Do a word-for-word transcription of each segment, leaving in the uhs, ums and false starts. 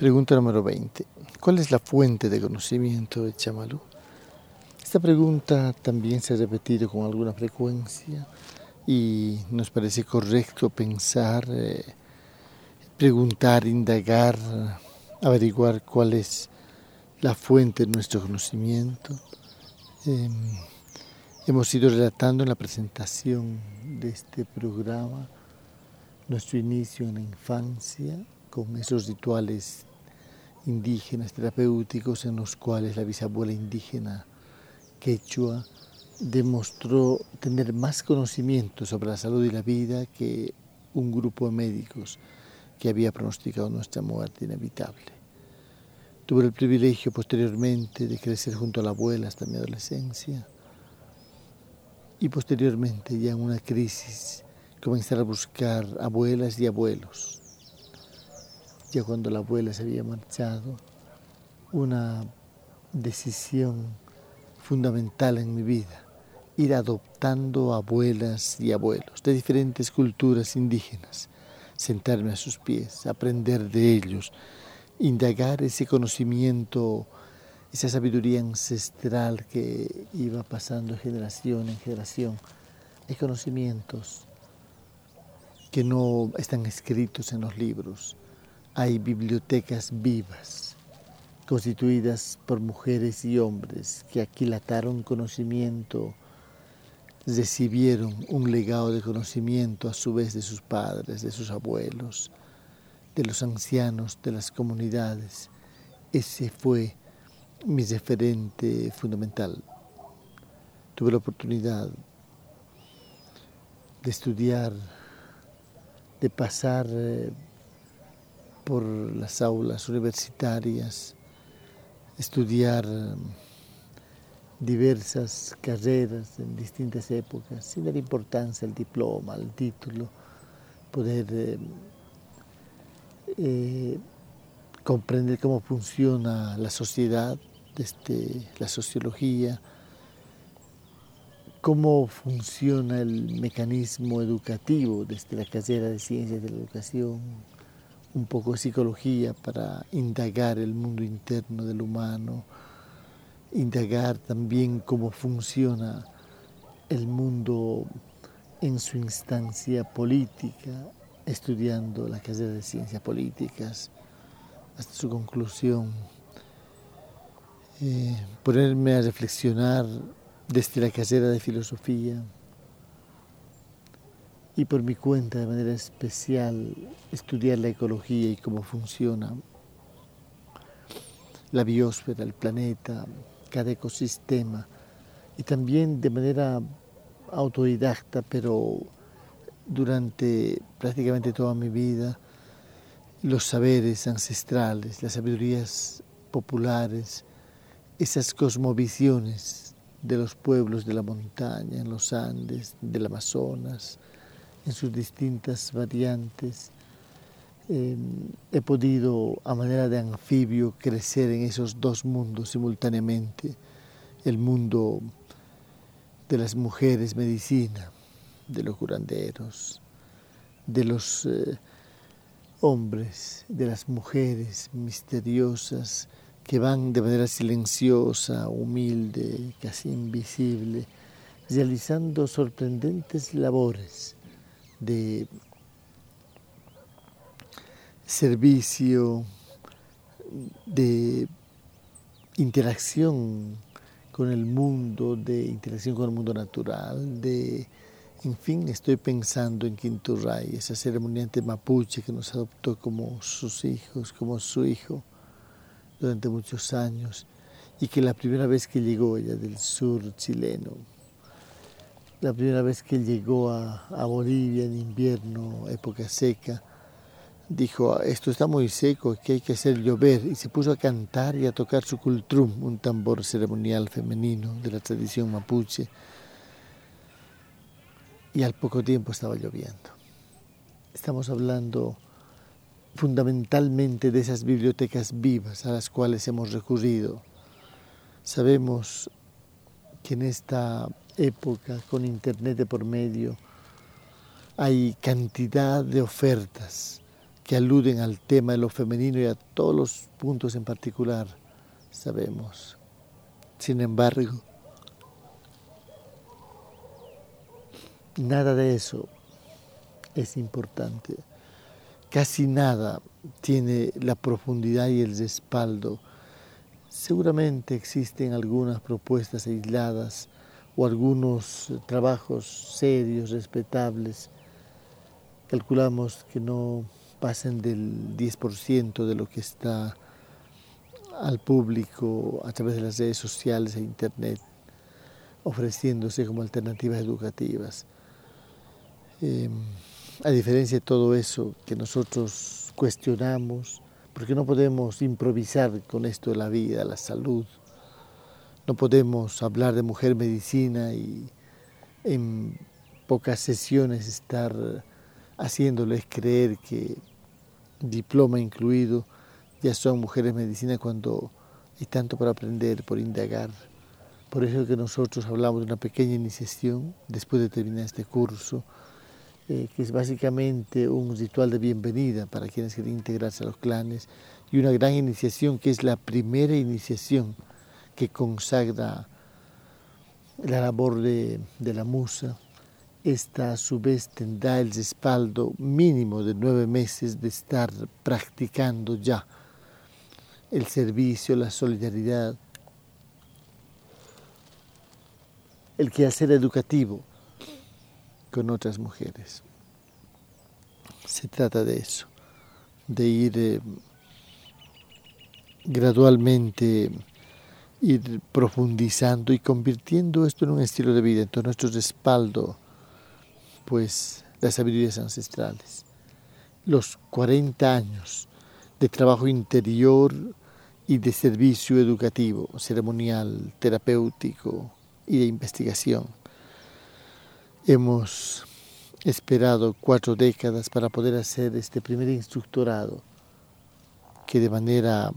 Pregunta número veinte. ¿Cuál es la fuente de conocimiento de Chamalú? Esta pregunta también se ha repetido con alguna frecuencia y nos parece correcto pensar, eh, preguntar, indagar, averiguar cuál es la fuente de nuestro conocimiento. Eh, hemos ido relatando en la presentación de este programa nuestro inicio en la infancia con esos rituales indígenas terapéuticos en los cuales la bisabuela indígena quechua demostró tener más conocimiento sobre la salud y la vida que un grupo de médicos que había pronosticado nuestra muerte inevitable. Tuve el privilegio posteriormente de crecer junto a la abuela hasta mi adolescencia y posteriormente ya en una crisis comenzar a buscar abuelas y abuelos. Ya cuando la abuela se había marchado, una decisión fundamental en mi vida, ir adoptando abuelas y abuelos de diferentes culturas indígenas, sentarme a sus pies, aprender de ellos, indagar ese conocimiento, esa sabiduría ancestral que iba pasando de generación en generación. Hay conocimientos que no están escritos en los libros. Hay bibliotecas vivas, constituidas por mujeres y hombres que aquilataron conocimiento, recibieron un legado de conocimiento a su vez de sus padres, de sus abuelos, de los ancianos, de las comunidades. Ese fue mi referente fundamental. Tuve la oportunidad de estudiar, de pasar eh, por las aulas universitarias, estudiar diversas carreras en distintas épocas, sin dar importancia al diploma, al título, poder eh, eh, comprender cómo funciona la sociedad, desde la sociología, cómo funciona el mecanismo educativo desde la carrera de Ciencias de la Educación, un poco de psicología para indagar el mundo interno del humano, indagar también cómo funciona el mundo en su instancia política, estudiando la carrera de Ciencias Políticas hasta su conclusión. Eh, ponerme a reflexionar desde la carrera de Filosofía y por mi cuenta de manera especial estudiar la ecología y cómo funciona la biosfera, el planeta, cada ecosistema, y también de manera autodidacta, pero durante prácticamente toda mi vida, los saberes ancestrales, las sabidurías populares, esas cosmovisiones de los pueblos de la montaña, en los Andes, del Amazonas, en sus distintas variantes. Eh, he podido, a manera de anfibio, crecer en esos dos mundos simultáneamente. El mundo de las mujeres medicina, de los curanderos, de los eh, hombres, de las mujeres misteriosas que van de manera silenciosa, humilde, casi invisible, realizando sorprendentes labores de servicio, de interacción con el mundo, de interacción con el mundo natural, de, en fin, estoy pensando en Quinturray, esa ceremoniante mapuche que nos adoptó como sus hijos, como su hijo durante muchos años, y que la primera vez que llegó ella del sur chileno, la primera vez que llegó a, a Bolivia en invierno, época seca, dijo, esto está muy seco, que hay que hacer llover, y se puso a cantar y a tocar su cultrum, un tambor ceremonial femenino de la tradición mapuche, y al poco tiempo estaba lloviendo. Estamos hablando fundamentalmente de esas bibliotecas vivas a las cuales hemos recurrido. Sabemos que en esta época, con internet de por medio, hay cantidad de ofertas que aluden al tema de lo femenino y a todos los puntos en particular, sabemos. Sin embargo, nada de eso es importante. Casi nada tiene la profundidad y el respaldo. Seguramente existen algunas propuestas aisladas o algunos trabajos serios, respetables. Calculamos que no pasen del diez por ciento de lo que está al público a través de las redes sociales e internet, ofreciéndose como alternativas educativas. Eh, a diferencia de todo eso que nosotros cuestionamos, porque no podemos improvisar con esto de la vida, la salud, no podemos hablar de mujer medicina y en pocas sesiones estar haciéndoles creer que, diploma incluido, ya son mujeres medicina cuando hay tanto por aprender, por indagar. Por eso es que nosotros hablamos de una pequeña iniciación después de terminar este curso, eh, que es básicamente un ritual de bienvenida para quienes quieren integrarse a los clanes, y una gran iniciación que es la primera iniciación que consagra la labor de, de la musa. Esta a su vez tendrá el respaldo mínimo de nueve meses de estar practicando ya el servicio, la solidaridad, el quehacer educativo con otras mujeres. Se trata de eso, de ir eh, gradualmente, ir profundizando y convirtiendo esto en un estilo de vida. Entonces nuestro respaldo, pues las sabidurías ancestrales, los cuarenta años de trabajo interior y de servicio educativo, ceremonial, terapéutico y de investigación. Hemos esperado cuatro décadas para poder hacer este primer instructorado que de manera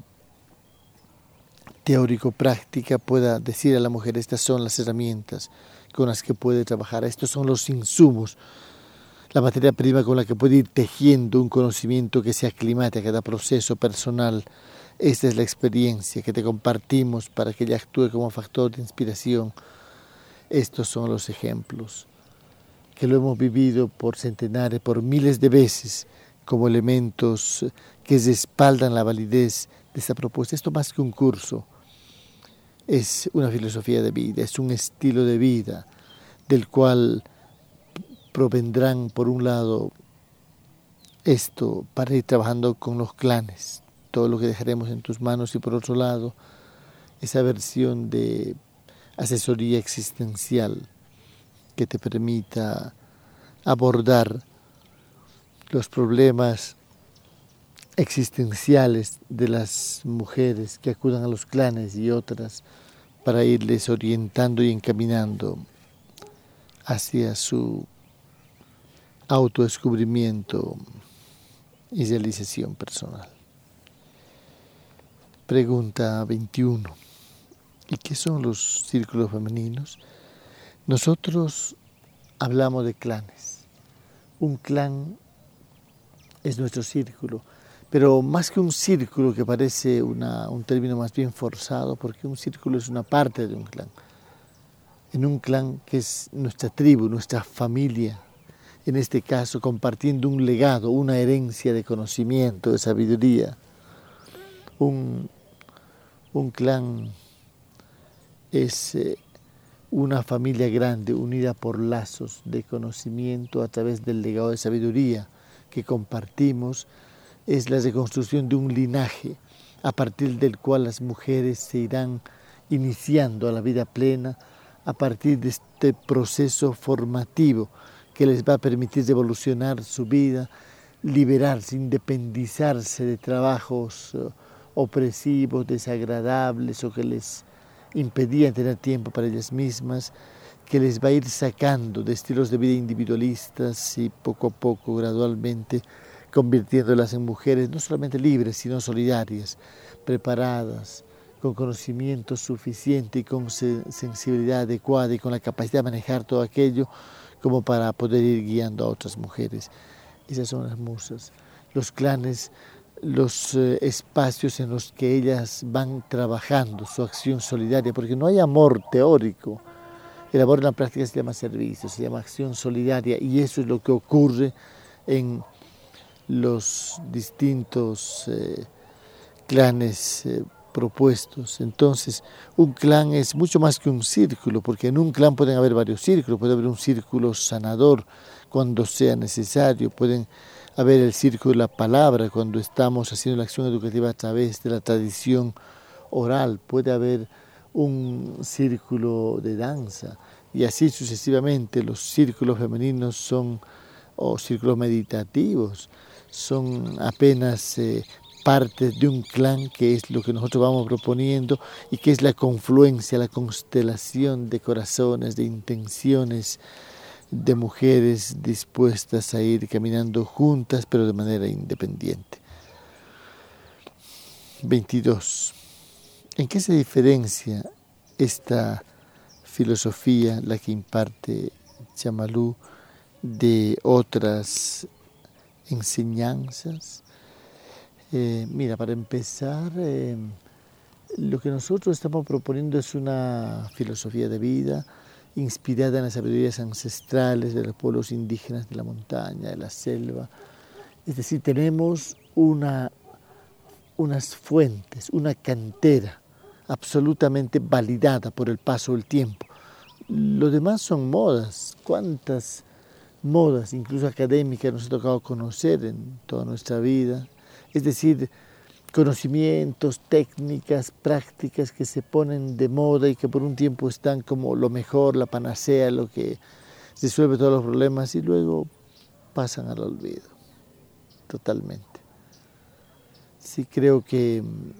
teórico-práctica pueda decir a la mujer: estas son las herramientas con las que puede trabajar, estos son los insumos, la materia prima con la que puede ir tejiendo un conocimiento que se aclimate a cada proceso personal. Esta es la experiencia que te compartimos para que ella actúe como factor de inspiración. Estos son los ejemplos que lo hemos vivido por centenares, por miles de veces, como elementos que respaldan la validez de esta propuesta. Esto más que un curso, es una filosofía de vida, es un estilo de vida del cual provendrán, por un lado, esto para ir trabajando con los clanes, todo lo que dejaremos en tus manos, y por otro lado, esa versión de asesoría existencial que te permita abordar los problemas existenciales de las mujeres que acudan a los clanes y otras, para irles orientando y encaminando hacia su autodescubrimiento y realización personal. Pregunta veintiuno. ¿Y qué son los círculos femeninos? Nosotros hablamos de clanes. Un clan es nuestro círculo, pero más que un círculo, que parece una, un término más bien forzado, porque un círculo es una parte de un clan. En un clan que es nuestra tribu, nuestra familia, en este caso compartiendo un legado, una herencia de conocimiento, de sabiduría. Un, un clan es eh, una familia grande unida por lazos de conocimiento a través del legado de sabiduría que compartimos. Es la reconstrucción de un linaje a partir del cual las mujeres se irán iniciando a la vida plena a partir de este proceso formativo que les va a permitir evolucionar su vida, liberarse, independizarse de trabajos uh, opresivos, desagradables o que les impedían tener tiempo para ellas mismas, que les va a ir sacando de estilos de vida individualistas y poco a poco, gradualmente, convirtiéndolas en mujeres no solamente libres, sino solidarias, preparadas, con conocimiento suficiente y con sensibilidad adecuada y con la capacidad de manejar todo aquello como para poder ir guiando a otras mujeres. Esas son las musas. los clanes, los eh, espacios en los que ellas van trabajando su acción solidaria, porque no hay amor teórico. El amor en la práctica se llama servicio, se llama acción solidaria, y eso es lo que ocurre en los distintos eh, clanes eh, propuestos. Entonces, un clan es mucho más que un círculo, porque en un clan pueden haber varios círculos, puede haber un círculo sanador cuando sea necesario, pueden haber el círculo de la palabra cuando estamos haciendo la acción educativa a través de la tradición oral, puede haber un círculo de danza, y así sucesivamente. Los círculos femeninos son, o círculos meditativos, son apenas eh, partes de un clan, que es lo que nosotros vamos proponiendo y que es la confluencia, la constelación de corazones, de intenciones, de mujeres dispuestas a ir caminando juntas, pero de manera independiente. veintidós. ¿En qué se diferencia esta filosofía, la que imparte Chamalú, de otras enseñanzas? Eh, mira, para empezar, eh, lo que nosotros estamos proponiendo es una filosofía de vida inspirada en las sabidurías ancestrales de los pueblos indígenas de la montaña, de la selva. Es decir, tenemos una, unas fuentes, una cantera absolutamente validada por el paso del tiempo. Lo demás son modas. ¿Cuántas modas, incluso académicas, nos ha tocado conocer en toda nuestra vida? Es decir, conocimientos, técnicas, prácticas que se ponen de moda y que por un tiempo están como lo mejor, la panacea, lo que resuelve todos los problemas, y luego pasan al olvido totalmente. Sí, creo que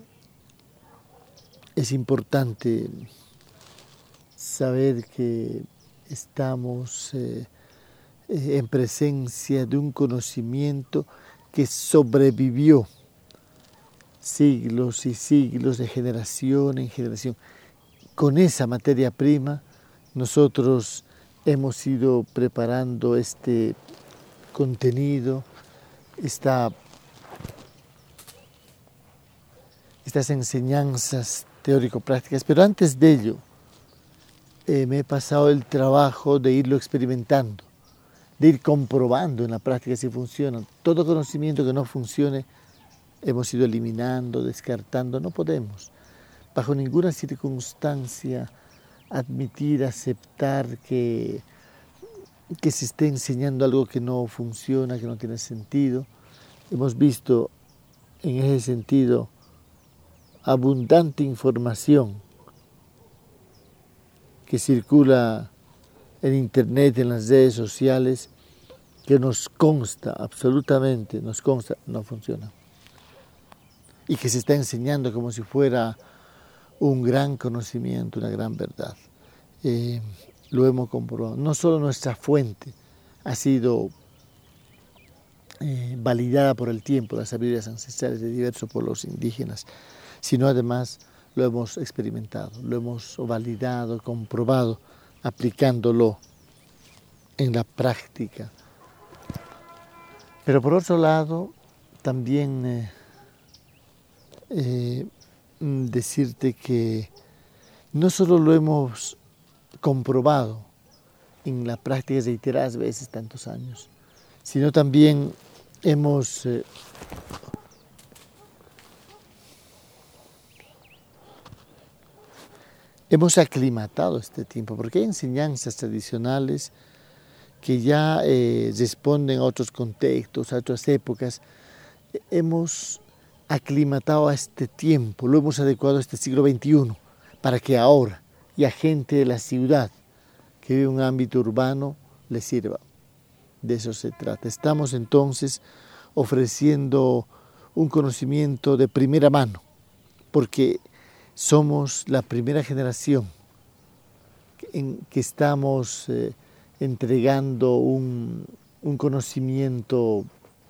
es importante saber que estamos eh, en presencia de un conocimiento que sobrevivió siglos y siglos, de generación en generación. Con esa materia prima nosotros hemos ido preparando este contenido, esta, estas enseñanzas teórico-prácticas, pero antes de ello eh, me he pasado el trabajo de irlo experimentando, de ir comprobando en la práctica si funciona. Todo conocimiento que no funcione hemos ido eliminando, descartando. No podemos, bajo ninguna circunstancia, admitir, aceptar que, que se esté enseñando algo que no funciona, que no tiene sentido. Hemos visto en ese sentido abundante información que circula en internet, en las redes sociales, que nos consta, absolutamente nos consta, no funciona. Y que se está enseñando como si fuera un gran conocimiento, una gran verdad. Eh, lo hemos comprobado. No solo nuestra fuente ha sido eh, validada por el tiempo, las sabidurías ancestrales de diversos pueblos indígenas, sino además lo hemos experimentado, lo hemos validado, comprobado, aplicándolo en la práctica. Pero por otro lado, también eh, eh, decirte que no solo lo hemos comprobado en la práctica reiteradas veces, tantos años, sino también hemos eh, hemos aclimatado este tiempo, porque hay enseñanzas tradicionales que ya eh, responden a otros contextos, a otras épocas. Hemos aclimatado a este tiempo, lo hemos adecuado a este siglo veintiuno, para que ahora y a gente de la ciudad que vive en un ámbito urbano le sirva. De eso se trata. Estamos entonces ofreciendo un conocimiento de primera mano, porque somos la primera generación en que estamos eh, entregando un, un conocimiento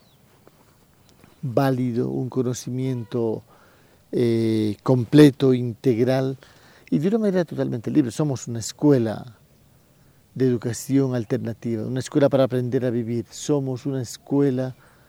válido, un conocimiento eh, completo, integral y de una manera totalmente libre. Somos una escuela de educación alternativa, una escuela para aprender a vivir. Somos una escuela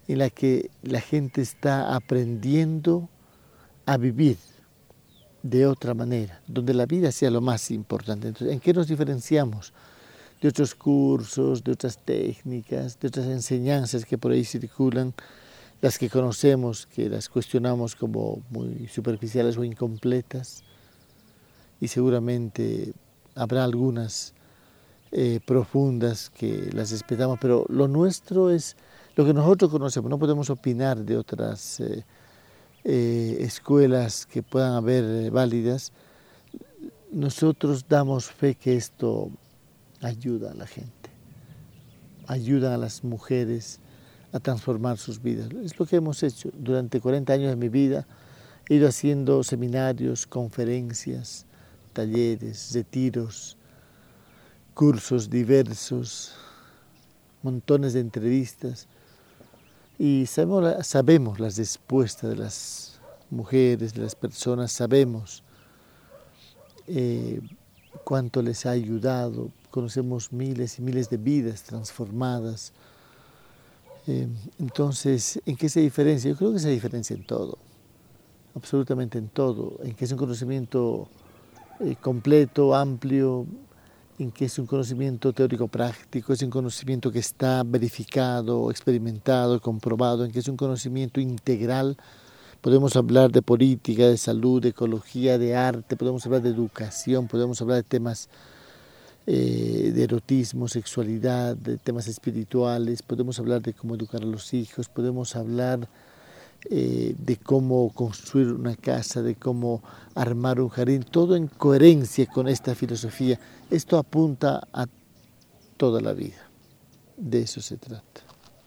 en la que la gente está aprendiendo a vivir de otra manera, donde la vida sea lo más importante. Entonces, ¿en qué nos diferenciamos de otros cursos, de otras técnicas, de otras enseñanzas que por ahí circulan, las que conocemos, que las cuestionamos como muy superficiales o incompletas? Y seguramente habrá algunas eh, profundas que las respetamos, pero lo nuestro es lo que nosotros conocemos. No podemos opinar de otras eh, eh, escuelas que puedan haber eh, válidas. Nosotros damos fe que esto ayuda a la gente, ayuda a las mujeres a transformar sus vidas. Es lo que hemos hecho durante cuarenta años de mi vida. He ido haciendo seminarios, conferencias, talleres, retiros, cursos diversos, montones de entrevistas, y sabemos, sabemos las respuestas de las mujeres, de las personas, sabemos eh, cuánto les ha ayudado, conocemos miles y miles de vidas transformadas. Eh, entonces, ¿en qué se diferencia? Yo creo que se diferencia en todo, absolutamente en todo, en que es un conocimiento eh, completo, amplio, en que es un conocimiento teórico práctico, es un conocimiento que está verificado, experimentado, comprobado, en que es un conocimiento integral. Podemos hablar de política, de salud, de ecología, de arte, podemos hablar de educación, podemos hablar de temas eh, de erotismo, sexualidad, de temas espirituales, podemos hablar de cómo educar a los hijos, podemos hablar Eh, de cómo construir una casa, de cómo armar un jardín, todo en coherencia con esta filosofía. Esto apunta a toda la vida, de eso se trata.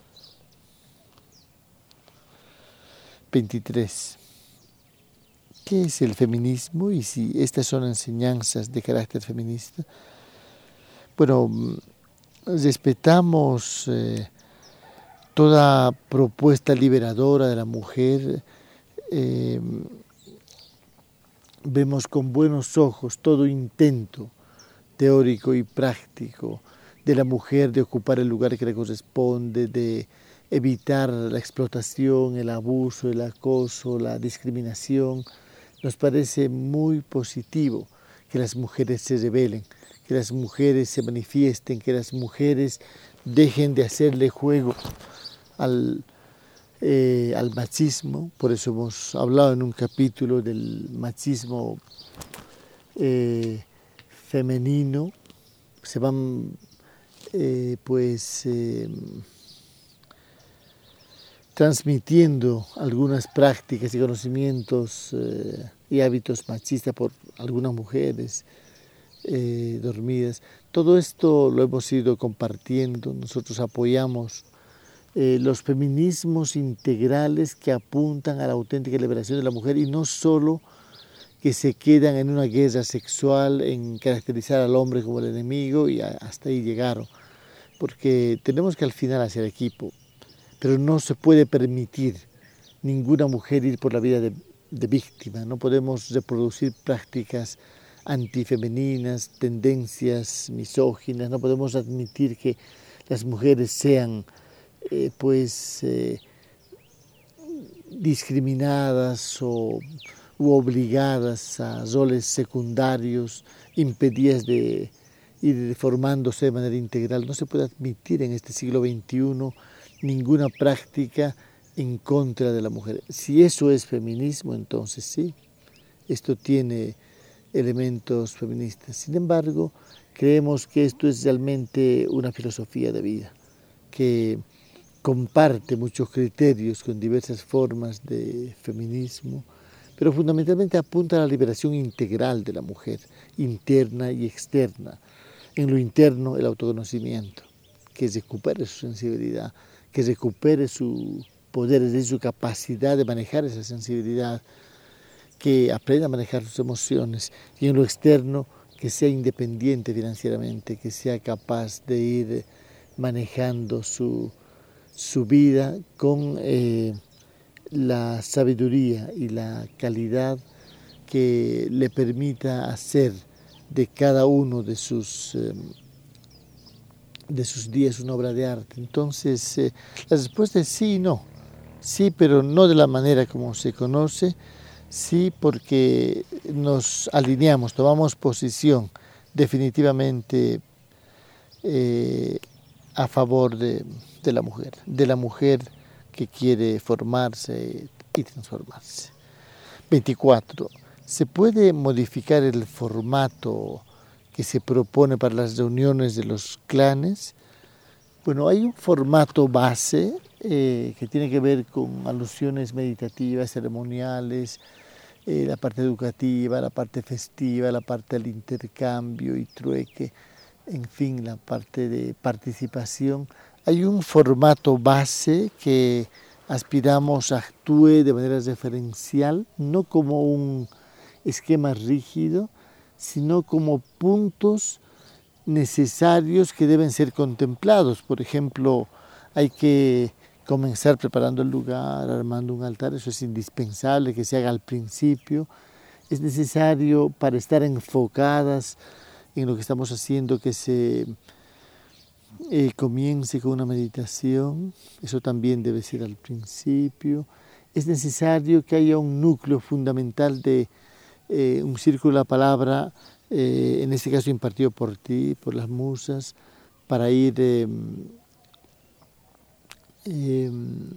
veintitrés. ¿Qué es el feminismo y si estas son enseñanzas de carácter feminista? Bueno, respetamos eh, toda propuesta liberadora de la mujer, eh, vemos con buenos ojos todo intento teórico y práctico de la mujer de ocupar el lugar que le corresponde, de evitar la explotación, el abuso, el acoso, la discriminación. Nos parece muy positivo que las mujeres se rebelen, que las mujeres se manifiesten, que las mujeres dejen de hacerle juego Al, eh, al machismo. Por eso hemos hablado en un capítulo del machismo eh, femenino. Se van eh, pues eh, transmitiendo algunas prácticas y conocimientos eh, y hábitos machistas por algunas mujeres eh, dormidas. Todo esto lo hemos ido compartiendo. Nosotros apoyamos Eh, los feminismos integrales que apuntan a la auténtica liberación de la mujer y no solo que se quedan en una guerra sexual, en caracterizar al hombre como el enemigo y a, hasta ahí llegaron. Porque tenemos que al final hacer equipo, pero no se puede permitir ninguna mujer ir por la vida de, de víctima. No podemos reproducir prácticas antifemeninas, tendencias misóginas, no podemos admitir que las mujeres sean Eh, pues eh, discriminadas o u obligadas a roles secundarios, impedidas de ir formándose de manera integral. No se puede admitir en este siglo veintiuno ninguna práctica en contra de la mujer. Si eso es feminismo, entonces sí, esto tiene elementos feministas. Sin embargo, creemos que esto es realmente una filosofía de vida, que comparte muchos criterios con diversas formas de feminismo, pero fundamentalmente apunta a la liberación integral de la mujer, interna y externa. En lo interno, el autoconocimiento, que recupere su sensibilidad, que recupere su poder, es decir, su capacidad de manejar esa sensibilidad, que aprenda a manejar sus emociones, y en lo externo, que sea independiente financieramente, que sea capaz de ir manejando su su vida con eh, la sabiduría y la calidad que le permita hacer de cada uno de sus eh, de sus días una obra de arte. Entonces, eh, la respuesta es sí y no. Sí, pero no de la manera como se conoce. Sí, porque nos alineamos, tomamos posición definitivamente eh, a favor de, de la mujer, de la mujer que quiere formarse y transformarse. veinticuatro. ¿Se puede modificar el formato que se propone para las reuniones de los clanes? Bueno, hay un formato base eh, que tiene que ver con alusiones meditativas, ceremoniales, eh, la parte educativa, la parte festiva, la parte del intercambio y trueque, en fin, la parte de participación. Hay un formato base que aspiramos a actúe de manera referencial, no como un esquema rígido, sino como puntos necesarios que deben ser contemplados. Por ejemplo, hay que comenzar preparando el lugar, armando un altar, eso es indispensable que se haga al principio. Es necesario para estar enfocadas en lo que estamos haciendo que se eh, comience con una meditación, eso también debe ser al principio. Es necesario que haya un núcleo fundamental de eh, un círculo de la palabra, eh, en este caso impartido por ti, por las musas, para ir eh, eh,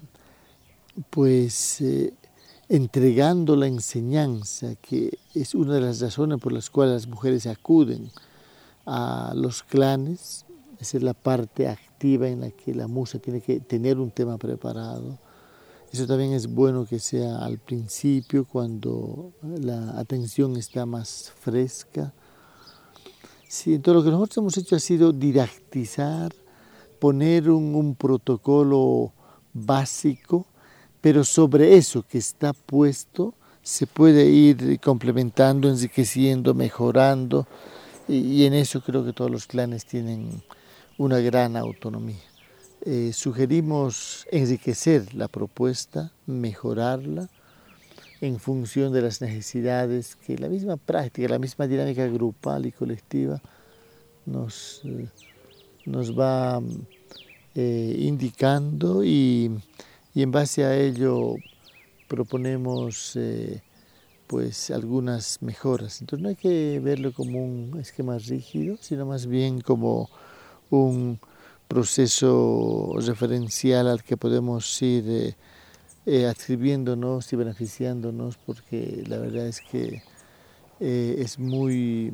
pues eh, entregando la enseñanza, que es una de las razones por las cuales las mujeres acuden a los clanes. Esa es la parte activa en la que la musa tiene que tener un tema preparado. Eso también es bueno que sea al principio, cuando la atención está más fresca. Sí, entonces lo que nosotros hemos hecho ha sido didactizar, poner un, un protocolo básico, pero sobre eso que está puesto se puede ir complementando, enriqueciendo, mejorando, y, y en eso creo que todos los clanes tienen una gran autonomía. Eh, sugerimos enriquecer la propuesta, mejorarla en función de las necesidades que la misma práctica, la misma dinámica grupal y colectiva nos, eh, nos va eh, indicando, y, y en base a ello proponemos eh, pues algunas mejoras. Entonces no hay que verlo como un esquema rígido, sino más bien como un proceso referencial al que podemos ir eh, eh, adscribiéndonos y beneficiándonos, porque la verdad es que eh, es muy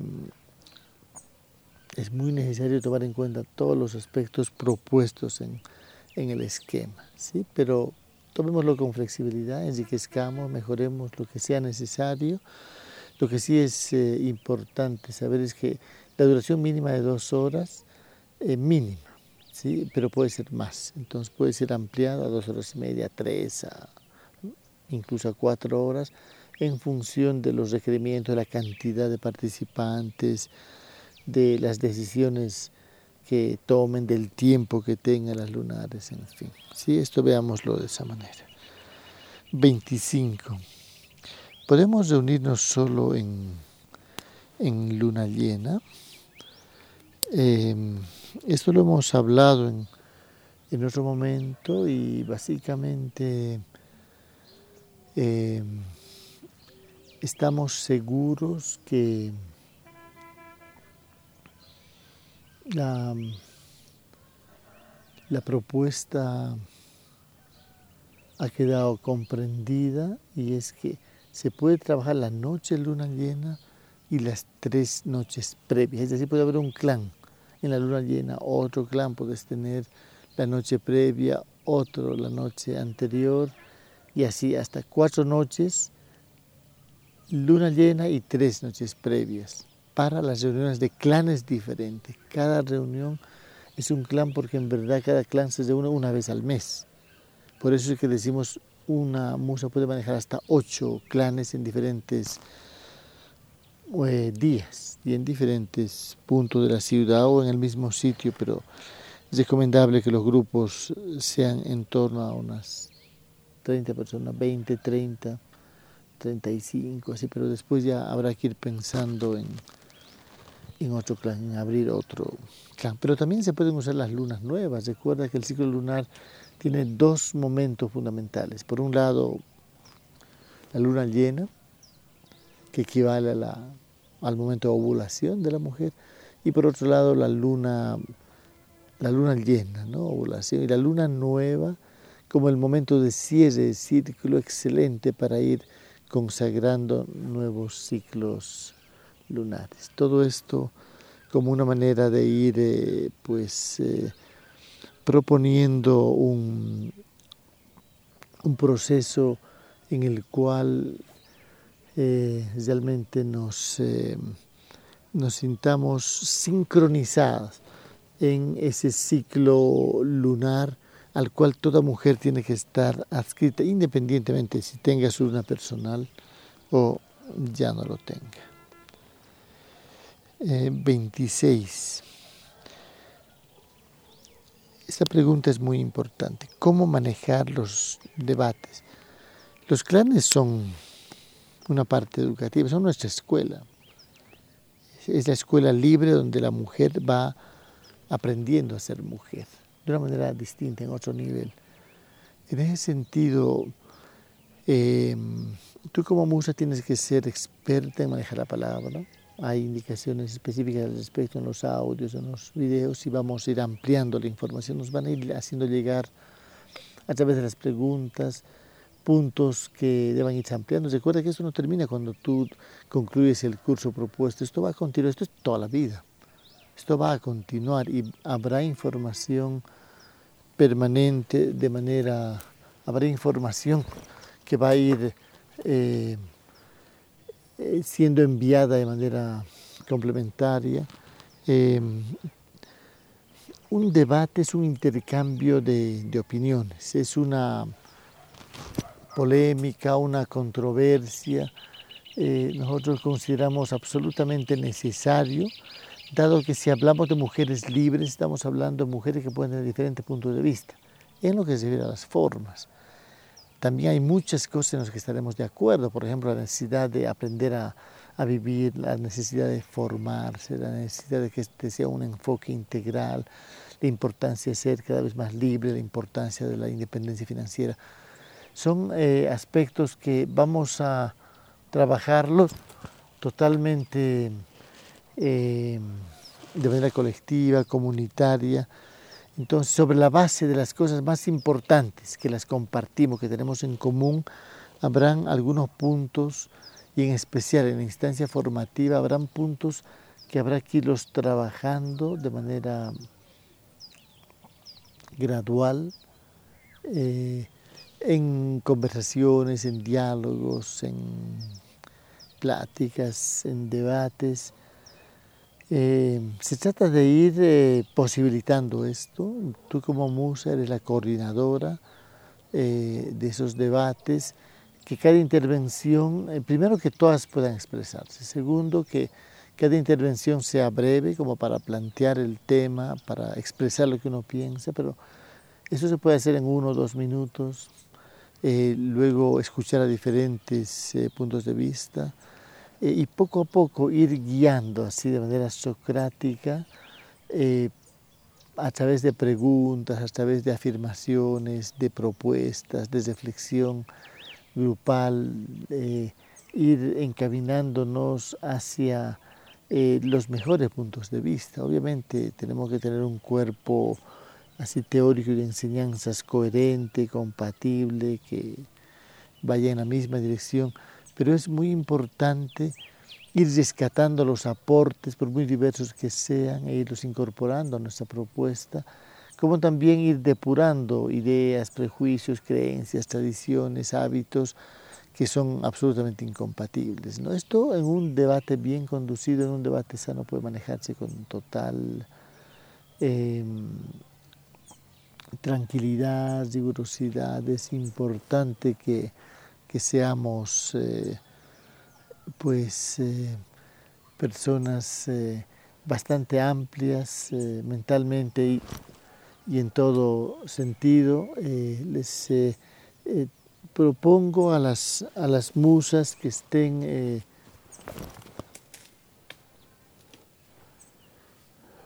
es muy necesario tomar en cuenta todos los aspectos propuestos en, en el esquema, ¿sí? Pero tomémoslo con flexibilidad, enriquezcamos, mejoremos lo que sea necesario. Lo que sí es eh, importante saber es que la duración mínima de dos horas, eh, mínima, ¿sí? Pero puede ser más, entonces puede ser ampliado a dos horas y media, tres, a, incluso a cuatro horas, en función de los requerimientos, de la cantidad de participantes, de las decisiones que tomen, del tiempo que tengan las lunares, en fin. Sí, esto veámoslo de esa manera. veinticinco. Podemos reunirnos solo en, en luna llena. Eh, esto lo hemos hablado en, en otro momento, y básicamente eh, estamos seguros que la, la propuesta ha quedado comprendida, y es que se puede trabajar la noche de luna llena y las tres noches previas. Es decir, puede haber un clan en la luna llena, otro clan puedes tener la noche previa, otro la noche anterior, y así hasta cuatro noches, luna llena y tres noches previas, para las reuniones de clanes diferentes. Cada reunión es un clan, porque en verdad cada clan se reúne una vez al mes. Por eso es que decimos, una musa puede manejar hasta ocho clanes en diferentes eh, días y en diferentes puntos de la ciudad o en el mismo sitio, pero es recomendable que los grupos sean en torno a unas treinta personas, veinte, treinta, treinta y cinco, así, pero después ya habrá que ir pensando en, en otro clan, en abrir otro clan. Pero también se pueden usar las lunas nuevas. Recuerda que el ciclo lunar tiene dos momentos fundamentales. Por un lado, la luna llena, que equivale a la, al momento de ovulación de la mujer, y por otro lado la luna, la luna llena, ¿no? Ovulación, y la luna nueva como el momento de cierre de círculo excelente para ir consagrando nuevos ciclos lunares. Todo esto como una manera de ir eh, pues eh, proponiendo un, un proceso en el cual eh, realmente nos, eh, nos sintamos sincronizados en ese ciclo lunar al cual toda mujer tiene que estar adscrita, independientemente si tenga su luna personal o ya no lo tenga. Eh, veintiséis. Esta pregunta es muy importante. ¿Cómo manejar los debates? Los clanes son una parte educativa, son nuestra escuela. Es la escuela libre donde la mujer va aprendiendo a ser mujer de una manera distinta, en otro nivel. En ese sentido, eh, tú como musa tienes que ser experta en manejar la palabra. Hay indicaciones específicas al respecto en los audios, en los videos, y vamos a ir ampliando la información. Nos van a ir haciendo llegar a través de las preguntas puntos que deban irse ampliando. Recuerda que esto no termina cuando tú concluyes el curso propuesto. Esto va a continuar, esto es toda la vida. Esto va a continuar y habrá información permanente de manera, habrá información que va a ir eh, siendo enviada de manera complementaria. Eh, un debate es un intercambio de, de opiniones, es una polémica, una controversia. Eh, nosotros consideramos absolutamente necesario, dado que si hablamos de mujeres libres, estamos hablando de mujeres que pueden tener diferentes puntos de vista, en lo que se refiere a las formas. También hay muchas cosas en las que estaremos de acuerdo, por ejemplo, la necesidad de aprender a, a vivir, la necesidad de formarse, la necesidad de que este sea un enfoque integral, la importancia de ser cada vez más libre, la importancia de la independencia financiera. Son eh, aspectos que vamos a trabajarlos totalmente eh, de manera colectiva, comunitaria. Entonces, sobre la base de las cosas más importantes que las compartimos, que tenemos en común, habrán algunos puntos, y en especial en la instancia formativa, habrán puntos que habrá que irlos trabajando de manera gradual, eh, en conversaciones, en diálogos, en pláticas, en debates. Eh, se trata de ir eh, posibilitando esto. Tú como musa eres la coordinadora eh, de esos debates, que cada intervención, eh, primero que todas puedan expresarse, segundo que cada intervención sea breve como para plantear el tema, para expresar lo que uno piensa, pero eso se puede hacer en uno o dos minutos, eh, luego escuchar a diferentes eh, puntos de vista, eh, y poco a poco ir guiando así de manera socrática, eh, a través de preguntas, a través de afirmaciones, de propuestas, de reflexión grupal, eh, ir encaminándonos hacia eh, los mejores puntos de vista. Obviamente tenemos que tener un cuerpo así teórico y de enseñanzas coherente, compatible, que vaya en la misma dirección, pero es muy importante ir rescatando los aportes, por muy diversos que sean, e irlos incorporando a nuestra propuesta, como también ir depurando ideas, prejuicios, creencias, tradiciones, hábitos que son absolutamente incompatibles, ¿no? Esto en un debate bien conducido, en un debate sano, puede manejarse con total eh, tranquilidad, rigurosidad. Es importante que, que seamos eh, pues eh, personas eh, bastante amplias eh, mentalmente y, y en todo sentido. Eh, les eh, eh, propongo a las, a las musas que estén eh,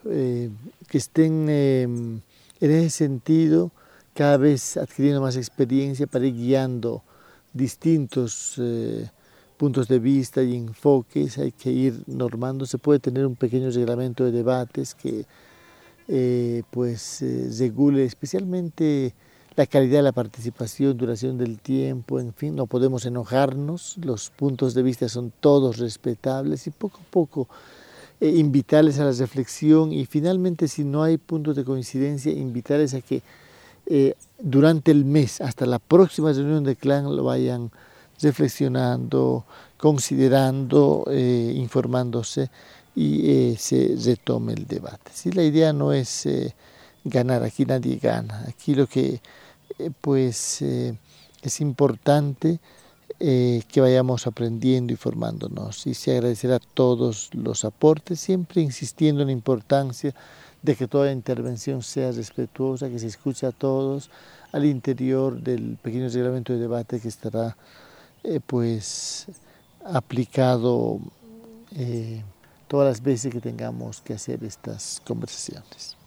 eh, que estén eh, en ese sentido cada vez adquiriendo más experiencia para ir guiando distintos eh, puntos de vista y enfoques. Hay que ir normando, se puede tener un pequeño reglamento de debates que eh, pues eh, regule especialmente la calidad de la participación, duración del tiempo, en fin, no podemos enojarnos, los puntos de vista son todos respetables y poco a poco eh, invitarles a la reflexión y finalmente si no hay puntos de coincidencia, invitarles a que eh, durante el mes, hasta la próxima reunión de clan, lo vayan reflexionando, considerando, eh, informándose y eh, se retome el debate. ¿Sí? La idea no es eh, ganar, aquí nadie gana, aquí lo que eh, pues eh, es importante eh, que vayamos aprendiendo y formándonos y se agradecerá todos los aportes, siempre insistiendo en la importancia de que toda intervención sea respetuosa, que se escuche a todos al interior del pequeño reglamento de debate que estará eh, pues aplicado eh, todas las veces que tengamos que hacer estas conversaciones.